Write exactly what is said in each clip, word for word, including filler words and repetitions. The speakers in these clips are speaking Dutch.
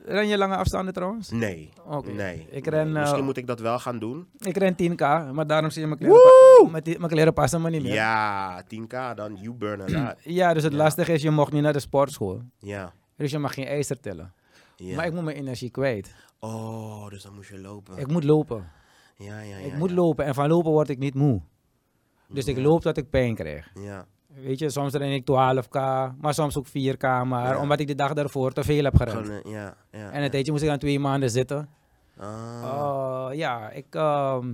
ren je lange afstanden trouwens? Nee, Okay. nee. Ik ren, nee. Misschien uh, moet ik dat wel gaan doen. Ik ren tien k, maar daarom zie je mijn kleren, pa- mijn, mijn kleren passen me niet meer. Ja, tien k dan, you burn a lot. Ja, dus het Ja. lastige is, je mocht niet naar de sportschool. Ja. Dus je mag geen ijzer tillen. ja. Maar ik moet mijn energie kwijt. Oh, dus dan moest je lopen. Ik moet lopen. Ja, ja, ja. ik moet ja. lopen en van lopen word ik niet moe. Dus ik Ja. loop tot ik pijn krijg. Ja. Weet je, soms ren ik twaalf k, maar soms ook vier k, maar Ja. omdat ik de dag daarvoor te veel heb gerend. Gewoon, eh, ja, ja. En een tijdje moest ik dan twee maanden zitten. Ah. Oh, ja, ik... ehm,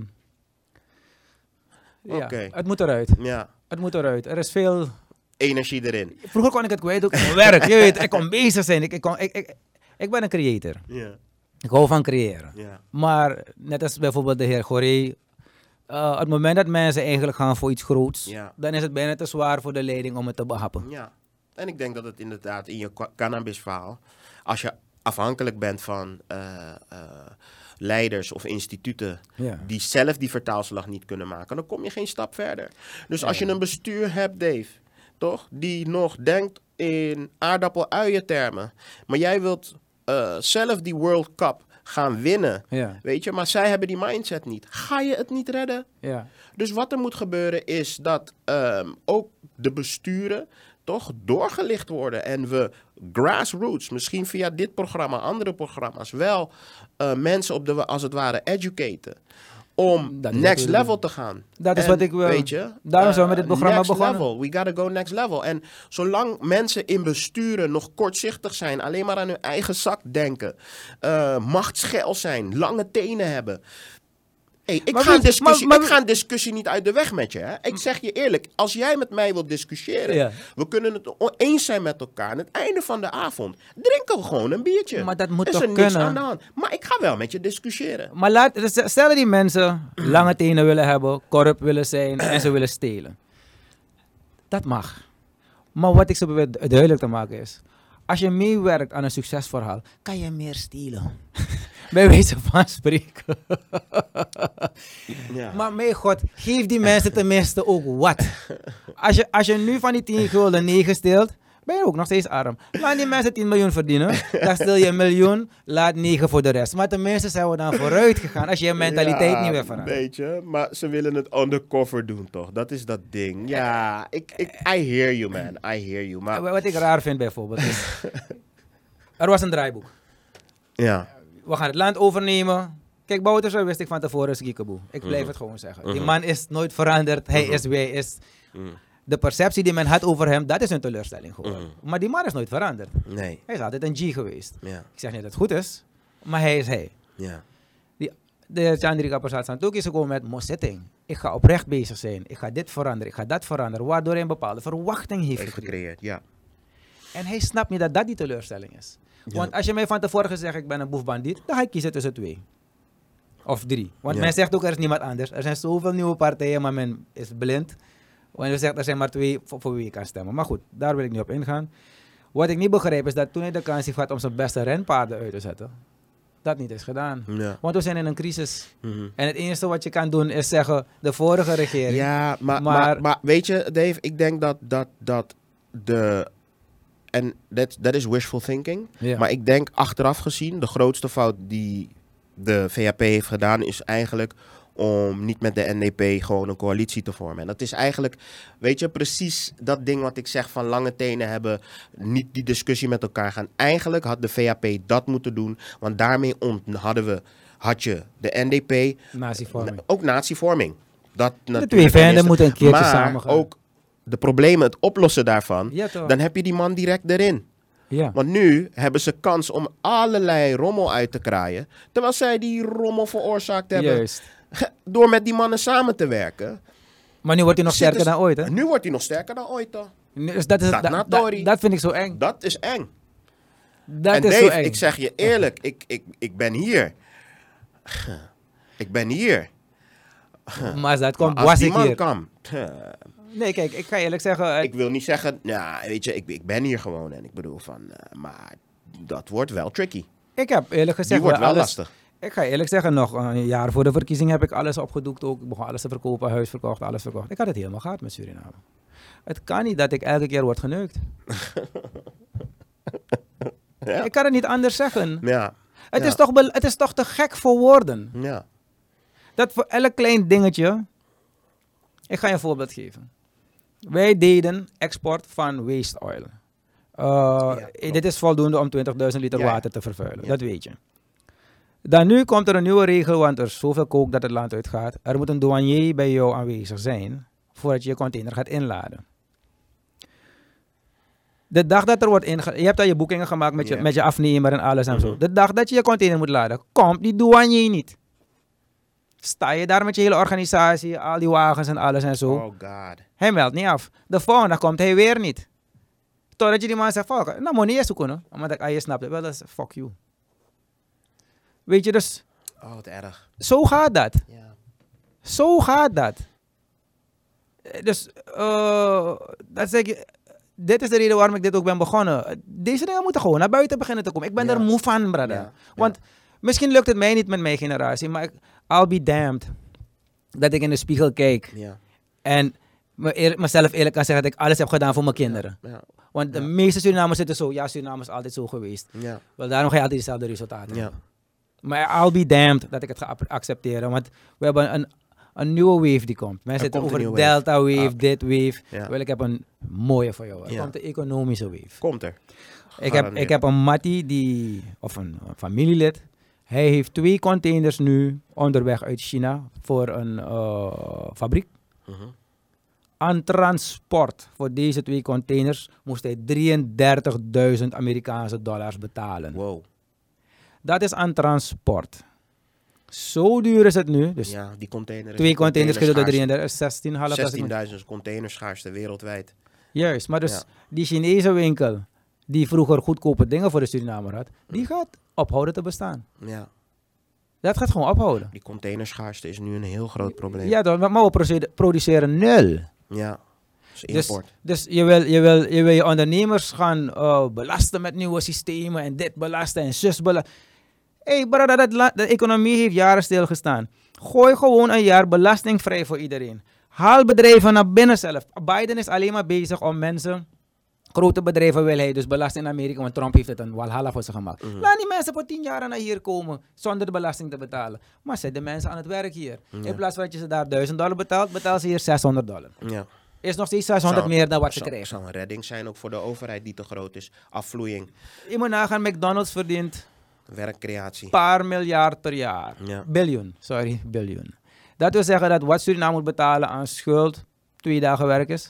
ja, Oké. het moet eruit. Ja. Het moet eruit. Er is veel... Energie erin. Vroeger kon ik het kwijt ook in mijn werk. Je weet, ik kon bezig zijn. Ik, ik, kon, ik, ik, ik ben een creator. Ja. Ik hou van creëren. Ja. Maar net als bijvoorbeeld de heer Goree, uh, het moment dat mensen eigenlijk gaan voor iets groots, Ja. dan is het bijna te zwaar voor de leiding om het te behappen. Ja. En ik denk dat het inderdaad in je ca- cannabisverhaal, als je afhankelijk bent van uh, uh, leiders of instituten Ja. die zelf die vertaalslag niet kunnen maken, dan kom je geen stap verder. Dus als je Ja. een bestuur hebt, Dave, toch, die nog denkt in aardappel-uien termen, maar jij wilt uh, zelf die World Cup gaan winnen, Ja. weet je, maar zij hebben die mindset niet. Ga je het niet redden? Ja. Dus wat er moet gebeuren is dat um, ook de besturen toch doorgelicht worden en we grassroots, misschien via dit programma, andere programma's, wel uh, mensen op de, als het ware, educaten. Om Dat is next wat we level doen. te gaan. Dat is En, wat ik wil. Weet je, Daarom zijn we uh, met dit programma next begonnen. Level. We gotta go next level. En zolang mensen in besturen nog kortzichtig zijn, alleen maar aan hun eigen zak denken, uh, machtsgeil zijn, lange tenen hebben. Hey, ik, Maar ga een weet- discussie, maar- maar- ik ga een discussie niet uit de weg met je. Hè? Ik zeg je eerlijk, als jij met mij wilt discussiëren, Ja. we kunnen het o- eens zijn met elkaar. Aan het einde van de avond drinken we gewoon een biertje. Maar dat moet is toch er niks kunnen? aan de hand. Maar ik ga wel met je discussiëren. Maar laat, dus stel dat die mensen lange tenen willen hebben, corrupt willen zijn en ze willen stelen. Dat mag. Maar wat ik zo probeer du- duidelijk te maken is, als je meewerkt aan een succesverhaal, kan je meer stelen. Bij wijze van spreken. Ja. Maar mijn god, geef die mensen tenminste ook wat. Als je, als je nu van die tien gulden negen steelt, ben je ook nog steeds arm. Laat die mensen tien miljoen verdienen. Dan stel je een miljoen, laat negen voor de rest. Maar tenminste zijn we dan vooruit gegaan als je je mentaliteit Ja, niet weer verandert. Weet je, maar ze willen het undercover doen toch? Dat is dat ding. Ja, ik, ik, I hear you man, I hear you. Maar Wat ik raar vind bijvoorbeeld is, er was een draaiboek. ja, We gaan het land overnemen. Kijk, Bouterse wist ik van tevoren is Kiekeboe. Ik blijf Mhm. het gewoon zeggen. Die Mhm. man is nooit veranderd. Hij Mhm. is wie hij is. mm, De perceptie die men had over hem, dat is een teleurstelling geworden. Mhm. Maar die man is nooit veranderd. nee, Hij is altijd een G geweest. ja, Ik zeg niet dat het goed is, maar hij is hij. ja, De Chandrika Prasad Santokhi is gekomen met Mossetting. Ik ga oprecht bezig zijn. Ik ga dit veranderen. Ik ga dat veranderen. Waardoor hij een bepaalde verwachting heeft heeft gecreëerd. gecreëerd, ja. En hij snapt niet dat dat die teleurstelling is. Ja. Want als je mij van tevoren gezegd ik ben een boefbandiet, dan ga ik kiezen tussen twee. Of drie. Want Ja. men zegt ook er is niemand anders. Er zijn zoveel nieuwe partijen, maar men is blind. Want je zegt er zijn maar twee voor, voor wie je kan stemmen. Maar goed, daar wil ik niet op ingaan. Wat ik niet begrijp is dat toen hij de kans heeft gehad om zijn beste renpaarden uit te zetten, dat niet is gedaan. Ja. Want we zijn in een crisis. Mhm. En het enige wat je kan doen is zeggen, de vorige regering. Ja, maar, Maar- maar, maar, weet je, Dave, ik denk dat, dat, dat de... En dat dat is wishful thinking. Ja. Maar ik denk achteraf gezien, de grootste fout die de V H P heeft gedaan, is eigenlijk om niet met de N D P gewoon een coalitie te vormen. En dat is eigenlijk, weet je, precies dat ding wat ik zeg van lange tenen hebben, niet die discussie met elkaar gaan. Eigenlijk had de V H P dat moeten doen, want daarmee ont- hadden we, had je de N D P, Natievorming. ook natievorming. Dat De natuurlijk twee ten vijanden eerste. moeten een keertje maar samen gaan. ook de problemen, het oplossen daarvan, Ja, toch? dan heb je die man direct erin. Ja. Want nu hebben ze kans om allerlei rommel uit te kraaien, terwijl zij die rommel veroorzaakt hebben Juist. door met die mannen samen te werken. Maar nu wordt hij nog Zitten sterker ze- dan ooit, hè? En nu wordt hij nog sterker dan ooit, toch? Dus dat, is, Dat dat, na dat, Tory. dat vind ik zo eng. Dat is eng. Dat en is Dave, zo eng. ik zeg je eerlijk, ik, ik, ik ben hier. Ik ben hier. Maar dat komt Maar als was die ik man hier. kan... Nee, kijk, ik ga eerlijk zeggen. eh, Ik wil niet zeggen, nou, weet je, ik, ik ben hier gewoon. En ik bedoel van, eh, maar dat wordt wel tricky. ik heb eerlijk gezegd. Die wordt wel alles- lastig. Ik ga eerlijk zeggen, nog een jaar voor de verkiezing heb ik alles opgedoekt ook. Ik begon alles te verkopen, huis verkocht, alles verkocht. Ik had het helemaal gehad met Suriname. Het kan niet dat ik elke keer word geneukt. Ja. Ik kan het niet anders zeggen. Ja. Het, Ja. is toch bel- het is toch te gek voor woorden. Ja. Dat voor elk klein dingetje... Ik ga je een voorbeeld geven. Wij deden export van waste oil. Uh, Ja, klopt. dit is voldoende om twintigduizend liter Ja, ja. water te vervuilen. Ja. Dat weet je. Dan nu komt er een nieuwe regel, want er is zoveel kook dat het land uitgaat. Er moet een douanier bij jou aanwezig zijn voordat je je container gaat inladen. De dag dat er wordt inge... Je hebt al je boekingen gemaakt met je, Ja. met je afnemer en alles en zo. Mhm. De dag dat je je container moet laden, komt die douanier niet. Sta je daar met je hele organisatie, al die wagens en alles en zo. Oh god. Hij meldt niet af. De volgende dag komt hij weer niet. Totdat je die man zegt, fuck, nou moet niet eens zoeken. hoor. Omdat ik, ah, je snapt het wel, dat is fuck you. Weet je, dus Oh, wat erg. zo gaat dat. Ja. Zo gaat dat. Eh, Dus, eh, dat zeg ik, dit is de reden waarom ik dit ook ben begonnen. Deze dingen moeten gewoon naar buiten beginnen te komen. Ik ben Ja. er moe van, brother. Ja. Want misschien lukt het mij niet met mijn generatie, maar ik, I'll be damned dat ik in de spiegel kijk Ja. en me eer- mezelf eerlijk kan zeggen dat ik alles heb gedaan voor mijn kinderen. Ja. Want de Ja. meeste Surinamers zitten zo, ja, Suriname is altijd zo geweest. Ja. Wel, daarom ga je altijd dezelfde resultaten Ja. hebben. Maar I'll be damned dat ik het ga ap- accepteren. Want we hebben een, een nieuwe wave die komt. Mensen zitten komt een over nieuwe wave. Delta wave, Ah. dit wave. Ja. Wel, ik heb een mooie voor jou. Er Ja. komt de economische wave. Komt er. Ik heb, Garandeerd. ik heb een mattie, die, of een, een familielid. Hij heeft twee containers nu onderweg uit China voor een eh, fabriek. Mhm. Aan transport voor deze twee containers moest hij drieëndertigduizend Amerikaanse dollars betalen. Wow. Dat is aan transport. Zo duur is het nu. Dus Ja, die container is twee een containers gedeeld door containerschaarste. drieëndertig, zestien komma vijf. zestienduizend containerschaarste wereldwijd. Juist, maar dus Ja. die Chinese winkel, die vroeger goedkope dingen voor de Surinamer had, die gaat ophouden te bestaan. Ja, Dat gaat gewoon ophouden. die containerschaarste is nu een heel groot probleem. Ja, dan, maar we proce- produceren nul. Ja, dus Dus, import. dus je, wil, je, wil, je wil je ondernemers gaan eh, belasten met nieuwe systemen en dit belasten en zus belasten. Hé, hey, brother, dat la- de economie heeft jaren stilgestaan. Gooi gewoon een jaar belastingvrij voor iedereen. Haal bedrijven naar binnen zelf. Biden is alleen maar bezig om mensen... Grote bedrijven wil hij dus belasting in Amerika, want Trump heeft het een walhalla voor ze gemaakt. Mhm. Laat die mensen voor tien jaar naar hier komen zonder de belasting te betalen. Maar zet de mensen aan het werk hier. Ja. In plaats van dat je ze daar duizend dollar betaalt, betaal ze hier zeshonderd dollar. Ja. Is nog steeds zeshonderd Zou- meer dan wat ze zou- krijgen. zou een redding zijn ook voor de overheid die te groot is. Afvloeiing, Je moet nagaan, McDonald's verdient werkcreatie. een paar miljard per jaar. Ja. Biljoen, sorry, biljoen. Dat wil zeggen dat wat Suriname moet betalen aan schuld twee dagen werk is.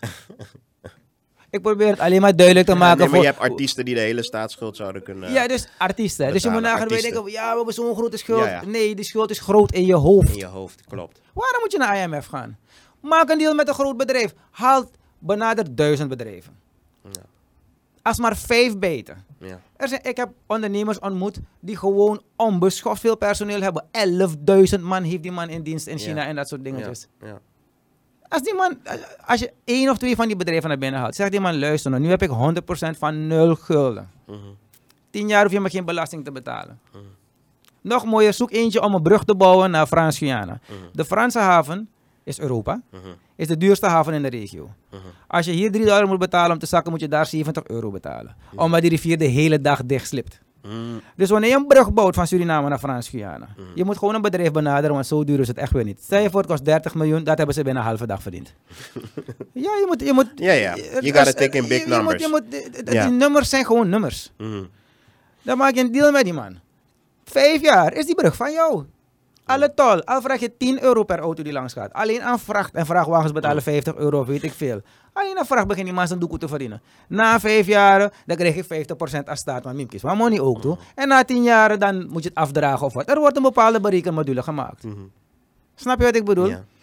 Ik probeer het alleen maar duidelijk te Ja, maken nee, maar voor... je hebt artiesten die de hele staatsschuld zouden kunnen... Ja, dus artiesten. Dus je moet betalen, nagaan, wij artiesten. denken, ja, we hebben zo'n grote schuld. Ja, ja. Nee, die schuld is groot in je hoofd. in je hoofd, klopt. Waarom moet je naar I M F gaan? Maak een deal met een groot bedrijf. Haal benader duizend bedrijven. Ja. Als maar vijf beter. Ja. Er zijn, ik heb ondernemers ontmoet die gewoon onbeschoft veel personeel hebben. elfduizend man heeft die man in dienst in China Ja. en dat soort dingetjes. Ja. Ja. Als die man, als je één of twee van die bedrijven naar binnen haalt, zegt die man, luister nou, nu heb ik honderd procent van nul gulden. Mhm. Tien jaar hoef je me geen belasting te betalen. Mhm. Nog mooier, zoek eentje om een brug te bouwen naar Frans-Guyana. Mhm. De Franse haven is Europa, Mhm. is de duurste haven in de regio. Mhm. Als je hier drie dollar moet betalen om te zakken, moet je daar zeventig euro betalen. Omdat die rivier de hele dag dicht slipt. Mhm. Dus wanneer je een brug bouwt van Suriname naar Frans-Guyana, Mhm. je moet gewoon een bedrijf benaderen, want zo duur is het echt weer niet. Stel je voor, het kost dertig miljoen, dat hebben ze binnen een halve dag verdiend. ja, je moet... Je moet Ja, ja. er- You gotta er- take in big je- je moet- numbers. Je moet, de- de- Ja. Die nummers zijn gewoon nummers. Mhm. Dan maak je een deal met die man. Vijf jaar is die brug van jou. Alle tol, al vraag je tien euro per auto die langs gaat. Alleen aan vracht en vrachtwagens betalen vijftig euro of weet ik veel. Alleen aan vracht begint die man zijn doekoe te verdienen. Na vijf jaren, dan krijg je vijftig procent als staat van Mimkis. Maar money ook toe. En na tien jaren, dan moet je het afdragen of wat. Er wordt een bepaalde berekenmodule gemaakt. Mhm. Snap je wat ik bedoel? Ja.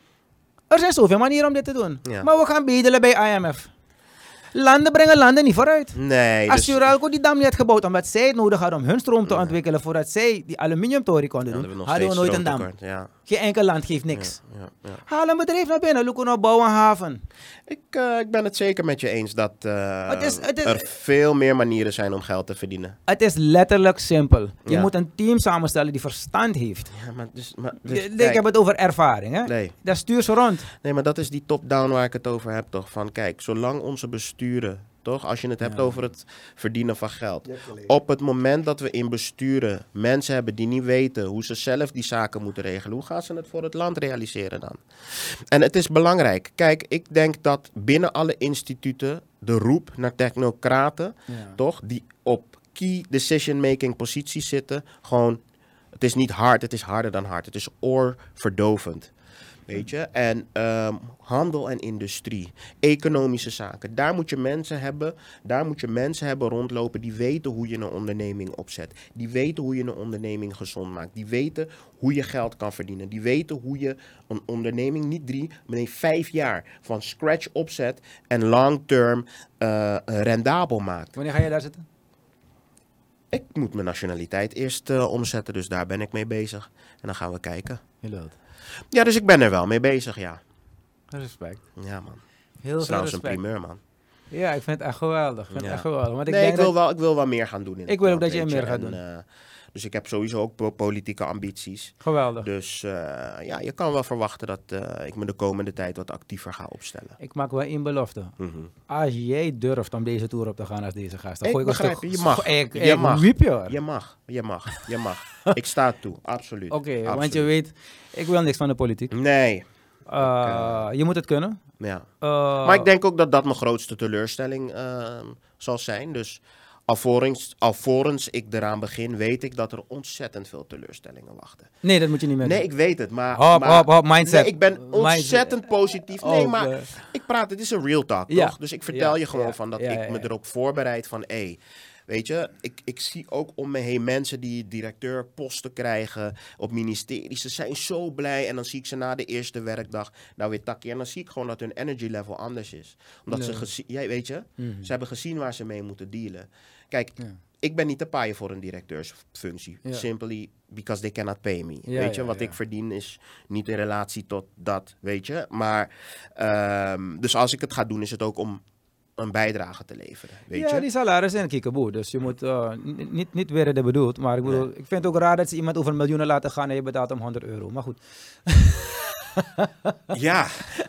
Er zijn zoveel manieren om dit te doen. Ja. Maar we gaan bedelen bij I M F. Landen brengen landen niet vooruit. Nee, Als dus... Suralco die dam niet had gebouwd omdat zij het nodig hadden om hun stroom te Ja. ontwikkelen voordat zij die aluminiumtoren konden doen, hadden we nog hadden we steeds nooit een dam. stroomtekort. Ja. Geen enkel land geeft niks. Ja, ja, ja. Haal een bedrijf naar binnen, Luco nou bouwen een haven. Ik, eh, ik ben het zeker met je eens dat eh, Het is- het is- er veel meer manieren zijn om geld te verdienen. Het is letterlijk simpel. Je Ja. moet een team samenstellen die verstand heeft. Ja, maar dus, maar, dus, Ik kijk, heb het over ervaring, hè? nee, Daar stuur ze rond. nee, maar dat is die top-down waar ik het over heb, toch? Van kijk, zolang onze besturen Toch? Als je het hebt Ja. over het verdienen van geld. Je hebt gelijk. Op het moment dat we in besturen mensen hebben die niet weten hoe ze zelf die zaken moeten regelen, hoe gaan ze het voor het land realiseren dan? En het is belangrijk. Kijk, ik denk dat binnen alle instituten de roep naar technocraten, Ja. toch, die op key decision-making posities zitten, gewoon, het is niet hard, het is harder dan hard. Het is oorverdovend. Weet je? En ehm, handel en industrie, economische zaken, daar moet je mensen hebben, daar moet je mensen hebben rondlopen die weten hoe je een onderneming opzet. Die weten hoe je een onderneming gezond maakt. Die weten hoe je geld kan verdienen. Die weten hoe je een onderneming niet drie, maar nee, vijf jaar van scratch opzet en long-term eh, rendabel maakt. Wanneer ga je daar zitten? Ik moet mijn nationaliteit eerst eh, omzetten, dus daar ben ik mee bezig. En dan gaan we kijken. Heel leuk. Ja, dus ik ben er wel mee bezig, ja. Respect. Ja, man. Heel Dat is veel trouwens een respect. primeur, man. Ja, ik vind het echt geweldig. Ik vind Ja. het echt geweldig. Want ik nee, denk ik wil, dat... wel, ik wil wel meer gaan doen. In Ik het wil ook land, dat je weet meer je. gaat En, doen. eh, dus ik heb sowieso ook po- politieke ambities. Geweldig. Dus eh, ja, je kan wel verwachten dat eh, ik me de komende tijd wat actiever ga opstellen. Ik maak wel één belofte. Mhm. Als jij durft om deze tour op te gaan als deze gast, dan Ik gooi ik een begrijp stuk- je, je mag. Ik, Je ik mag. wiep je, hoor. Je mag, je mag, je mag. Ik sta toe, absoluut. Oké, want Absoluut. je weet, ik wil niks van de politiek. Nee, Uh, je moet het kunnen. ja. Uh, Maar ik denk ook dat dat mijn grootste teleurstelling ehm, zal zijn. Dus alvorens, alvorens ik eraan begin, weet ik dat er ontzettend veel teleurstellingen wachten. Nee, dat moet je niet meer Nee, doen. ik weet het, maar... Hop, maar hop, hop, mindset. Nee, ik ben Mindset. ontzettend positief. Nee, Oh, maar eh, ik praat, het is een real talk, Ja. toch? Dus ik vertel Ja, je gewoon ja, van dat ja, ik ja, me ja. erop voorbereid van... Hé, weet je, ik, ik zie ook om me heen mensen die directeurposten krijgen op ministeries. Ze zijn zo blij en dan zie ik ze na de eerste werkdag nou weer takkie. En dan zie ik gewoon dat hun energy level anders is. Omdat ze Nee. gezien... Ja, weet je, Mhm. ze hebben gezien waar ze mee moeten dealen. Kijk, Ja. ik ben niet te paaien voor een directeursfunctie. Ja. Simply because they cannot pay me. Ja, weet je, ja, wat ja. ik verdien is niet in relatie tot dat, weet je. Maar, ehm, dus als ik het ga doen, is het ook om een bijdrage te leveren, weet ja, je. die salaris zijn kiekeboe. Dus je moet uh, n- niet, niet weer de bedoeld. Maar ik bedoel, ik vind het ook raar dat ze iemand over miljoenen laten gaan en je betaalt hem honderd euro. Maar goed. Ja,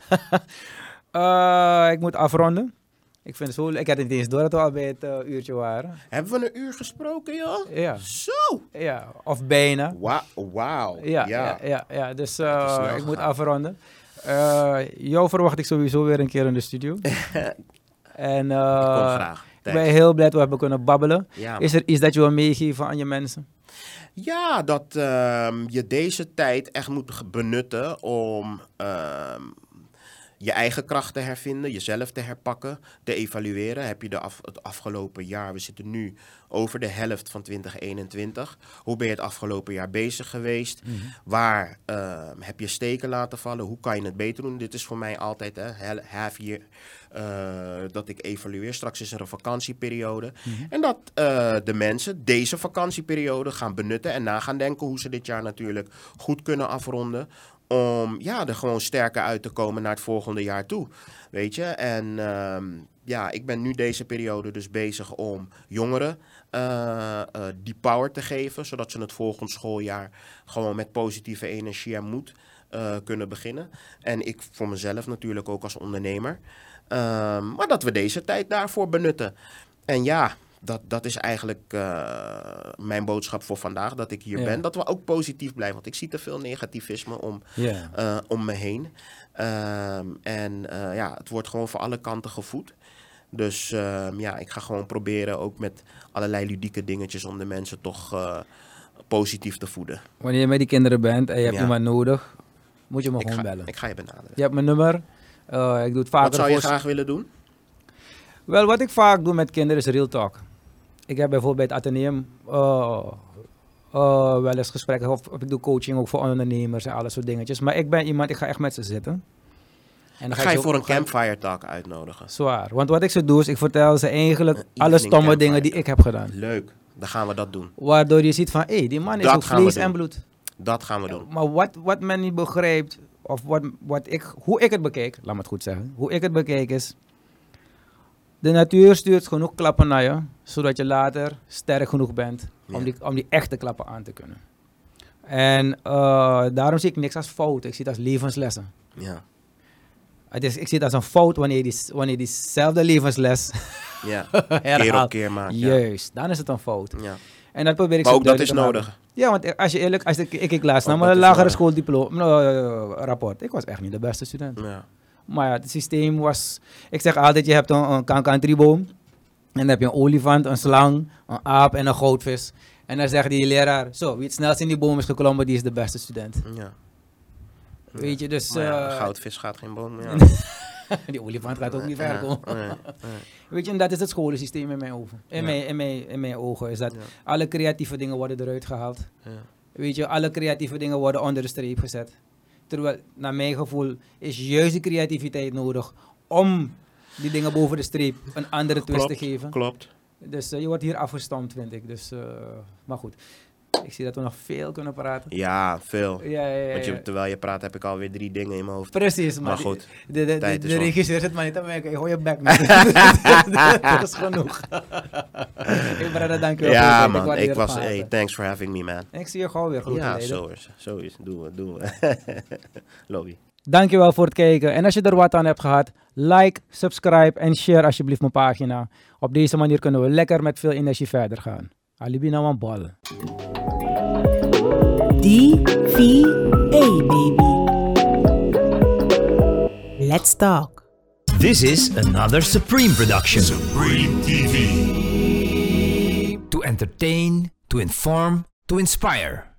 Uh, ik moet afronden. Ik vind het zo... Ik had het niet eens door dat we al bij het uh, uurtje waren. hebben we een uur gesproken, joh? Ja, Zo! ja. Of bijna. Wa- Wauw. Ja, Ja. ja, ja, ja. Dus Het is uh, snel ik moet gegaan. afronden. Uh, jou verwacht ik sowieso weer een keer in de studio. En Ik kom uh, graag. ik ben heel blij dat we hebben kunnen babbelen. Ja, Is er iets dat je wil meegeven aan je mensen? Ja, dat ehm, je deze tijd echt moet ge- benutten om ehm, je eigen kracht te hervinden, jezelf te herpakken, te evalueren. Heb je de af, het afgelopen jaar, we zitten nu over de helft van twintig eenentwintig. Hoe ben je het afgelopen jaar bezig geweest? Waar ehm, heb je steken laten vallen? Hoe kan je het beter doen? Dit is voor mij altijd hè, hel- half year eh, dat ik evalueer. Straks is er een vakantieperiode. En dat eh, de mensen deze vakantieperiode gaan benutten en na gaan denken hoe ze dit jaar natuurlijk goed kunnen afronden. Om ja, er gewoon sterker uit te komen naar het volgende jaar toe. Weet je? En ehm, ja, ik ben nu deze periode dus bezig om jongeren eh, eh, die power te geven. Zodat ze het volgend schooljaar gewoon met positieve energie en moed eh, kunnen beginnen. En ik voor mezelf natuurlijk ook als ondernemer. Ehm, maar dat we deze tijd daarvoor benutten. En ja, dat, dat is eigenlijk eh, mijn boodschap voor vandaag. Dat ik hier Ja. ben. Dat we ook positief blijven. Want ik zie te veel negativisme om, Ja. eh, om me heen. Ehm, en eh, ja, het wordt gewoon voor alle kanten gevoed. Dus ehm, ja, ik ga gewoon proberen ook met allerlei ludieke dingetjes om de mensen toch eh, positief te voeden. Wanneer je met die kinderen bent en je hebt Ja. iemand nodig, moet je me Ik gewoon ga, bellen. ik ga je benaderen. Je hebt mijn nummer. Uh, ik doe het vaker. Wat zou je voor- graag willen doen? Wel, wat ik vaak doe met kinderen is real talk. Ik heb bijvoorbeeld bij het Atheneum uh, uh, wel eens gesprekken, of, of ik doe coaching ook voor ondernemers en alle soort dingetjes. Maar ik ben iemand, ik ga echt met ze zitten. En Dan dan ga je ze voor ook- een campfire talk uitnodigen. Zwaar. Want wat ik ze doe is, ik vertel ze eigenlijk Een alle evening stomme campfire. dingen die ik heb gedaan. Leuk, dan gaan we dat doen. Waardoor je ziet van, hé, hey, die man is Dat ook gaan we vlees doen. en bloed. Dat gaan we doen. Maar wat, wat men niet begrijpt, of wat, wat ik, hoe ik het bekeek, laat me het goed zeggen, hoe ik het bekeek is, de natuur stuurt genoeg klappen naar je, zodat je later sterk genoeg bent om, Ja. die, om die echte klappen aan te kunnen. En uh, daarom zie ik niks als fout, ik zie het als levenslessen. Ja. Het is, ik zie het als een fout wanneer die, wanneer diezelfde levensles Ja, herhaalt. keer op keer maakt. Ja. Juist, dan is het een fout. Ja. En dat probeer ik Maar zo ook dat is duidelijk te maken. nodig. Ja, want als je eerlijk, als ik, ik, ik laatst Ook naar dat mijn is lagere nodig. schooldiploma uh, rapport. Ik was echt niet de beste student. Ja. Maar ja, het systeem was... Ik zeg altijd, je hebt een, een kankantrieboom. En dan heb je een olifant, een slang, een aap en een goudvis. En dan zegt die leraar, zo, wie het snelst in die boom is geklommen, die is de beste student. Ja. Weet je, dus... Maar ja, uh, goudvis gaat geen boom. Ja. die olifant gaat ook niet ver Ja, komen. nee, nee. Weet je, en dat is het scholensysteem in mijn ogen. In, Ja. mijn, in, mijn, in mijn ogen is dat Ja. alle creatieve dingen worden eruit gehaald. Ja. Weet je, alle creatieve dingen worden onder de streep gezet. Terwijl, naar mijn gevoel, is juist die creativiteit nodig om die dingen boven de streep een andere twist Klopt, te geven. Klopt. Dus uh, je wordt hier afgestompt, vind ik. Dus, uh, maar goed, ik zie dat we nog veel kunnen praten. Ja, veel. Ja, ja, ja, Want je, ja. terwijl je praat heb ik alweer drie dingen in mijn hoofd. Precies, maar, Maar die- goed, de, de, de, tijd de, is op. regisseur zit maar niet aan mij. Ik gooi je bek man. Dat is genoeg. Hey brother, dankjewel. Ja voor het kijken. man, ik waardeer was, het van hey, harte. thanks for having me man. En ik zie je gewoon weer. Groeten, Ja, Leiden. zo is Zo is Doen we, doen we. Lobby. Dankjewel voor het kijken. En als je er wat aan hebt gehad, like, subscribe en share alsjeblieft mijn pagina. Op deze manier kunnen we lekker met veel energie verder gaan. Alibi nou een bal. D V A, baby. Let's talk. This is another Supreme production. Supreme T V. To entertain, to inform, to inspire.